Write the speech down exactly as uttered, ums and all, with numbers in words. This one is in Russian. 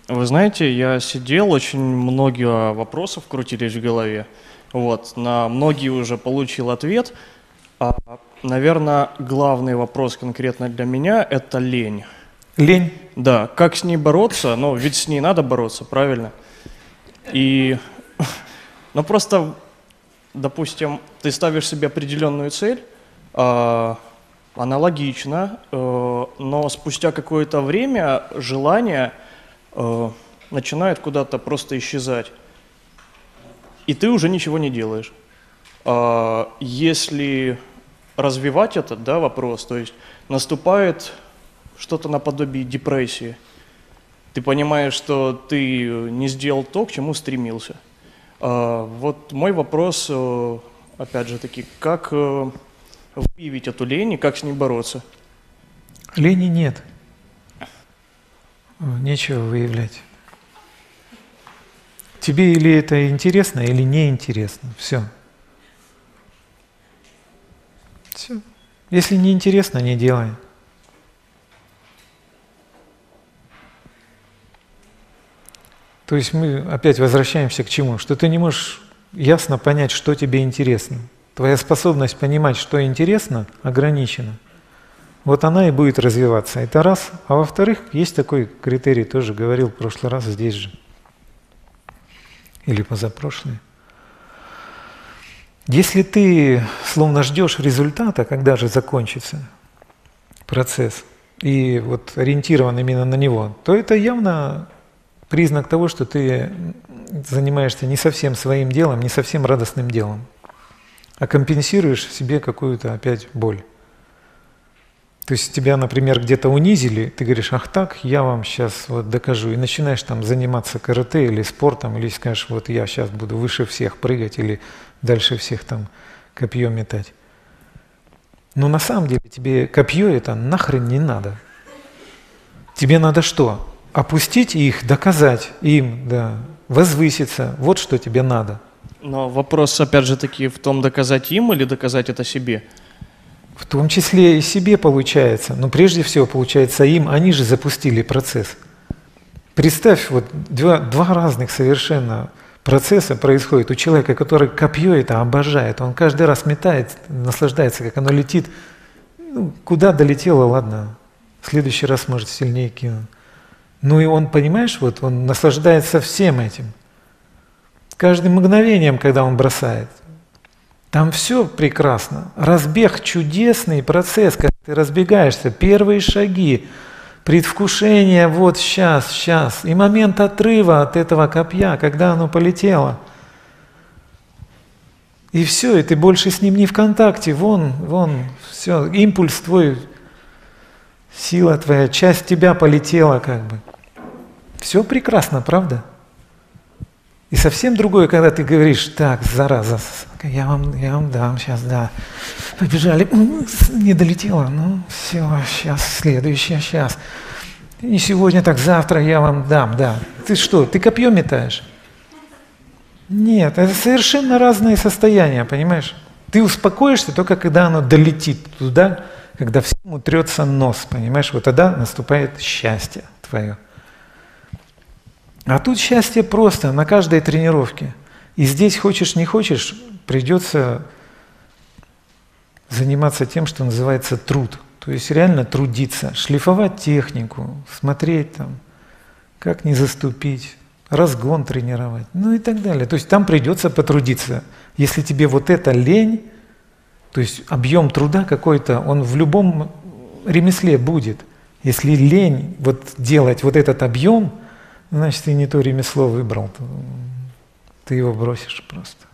Вы знаете, я сидел, очень многие вопросов крутились в голове. Вот, на многие уже получил ответ. А, наверное, главный вопрос конкретно для меня – это лень. Лень? Да, как с ней бороться? Ну, ведь с ней надо бороться, правильно? И, ну, просто, допустим, ты ставишь себе определенную цель, э, она логична, э, но спустя какое-то время желание э, начинает куда-то просто исчезать, и ты уже ничего не делаешь. Э, если развивать этот, да, вопрос, то есть наступает что-то наподобие депрессии. Ты понимаешь, что ты не сделал то, к чему стремился. А, вот мой вопрос, опять же таки, как выявить эту лень и как с ней бороться? Лени нет. Нечего выявлять. Тебе или это интересно, или неинтересно. Все. Все. Если неинтересно, не делай. То есть мы опять возвращаемся к чему? Что ты не можешь ясно понять, что тебе интересно. Твоя способность понимать, что интересно, ограничена. Вот она и будет развиваться. Это раз. А во-вторых, есть такой критерий, тоже говорил в прошлый раз здесь же. Или позапрошлый. Если ты словно ждешь результата, когда же закончится процесс, и вот ориентирован именно на него, то это явно признак того, что ты занимаешься не совсем своим делом, не совсем радостным делом, а компенсируешь себе какую-то опять боль. То есть тебя, например, где-то унизили, ты говоришь: ах так, я вам сейчас вот докажу. И начинаешь там заниматься карате или спортом, или скажешь: вот я сейчас буду выше всех прыгать или дальше всех там копье метать. Но на самом деле тебе копье это нахрен не надо. Тебе надо что? Опустить их, доказать им, да, возвыситься. Вот что тебе надо. Но вопрос, опять же таки, в том, доказать им или доказать это себе? В том числе и себе получается. Но прежде всего получается им, они же запустили процесс. Представь, вот два, два разных совершенно процесса происходит у человека, который копье это обожает. Он каждый раз метает, наслаждается, как оно летит. Ну, куда долетело, ладно, в следующий раз может сильнее кинуть. Ну и он, понимаешь, вот он наслаждается всем этим. Каждым мгновением, когда он бросает. Там все прекрасно. Разбег – чудесный процесс, когда ты разбегаешься, первые шаги, предвкушение, вот сейчас, сейчас. И момент отрыва от этого копья, когда оно полетело. И все, и ты больше с ним не в контакте. Вон, вон, все, импульс твой, сила твоя, часть тебя полетела как бы. Все прекрасно, правда? И совсем другое, когда ты говоришь: так, зараза, я вам, я вам дам сейчас, да. Побежали, не долетело, ну все, сейчас, следующее, сейчас. Не сегодня, так завтра я вам дам, да. Ты что, ты копье метаешь? Нет, это совершенно разные состояния, понимаешь? Ты успокоишься только когда оно долетит туда, когда всем утрется нос, понимаешь? Вот тогда наступает счастье твое. А тут счастье просто на каждой тренировке. И здесь, хочешь не хочешь, придется заниматься тем, что называется труд. То есть реально трудиться, шлифовать технику, смотреть там, как не заступить, разгон тренировать, ну и так далее. То есть там придется потрудиться. Если тебе вот это лень, то есть объем труда какой-то, он в любом ремесле будет. Если лень вот делать вот этот объем, значит, ты не то ремесло выбрал, ты его бросишь просто.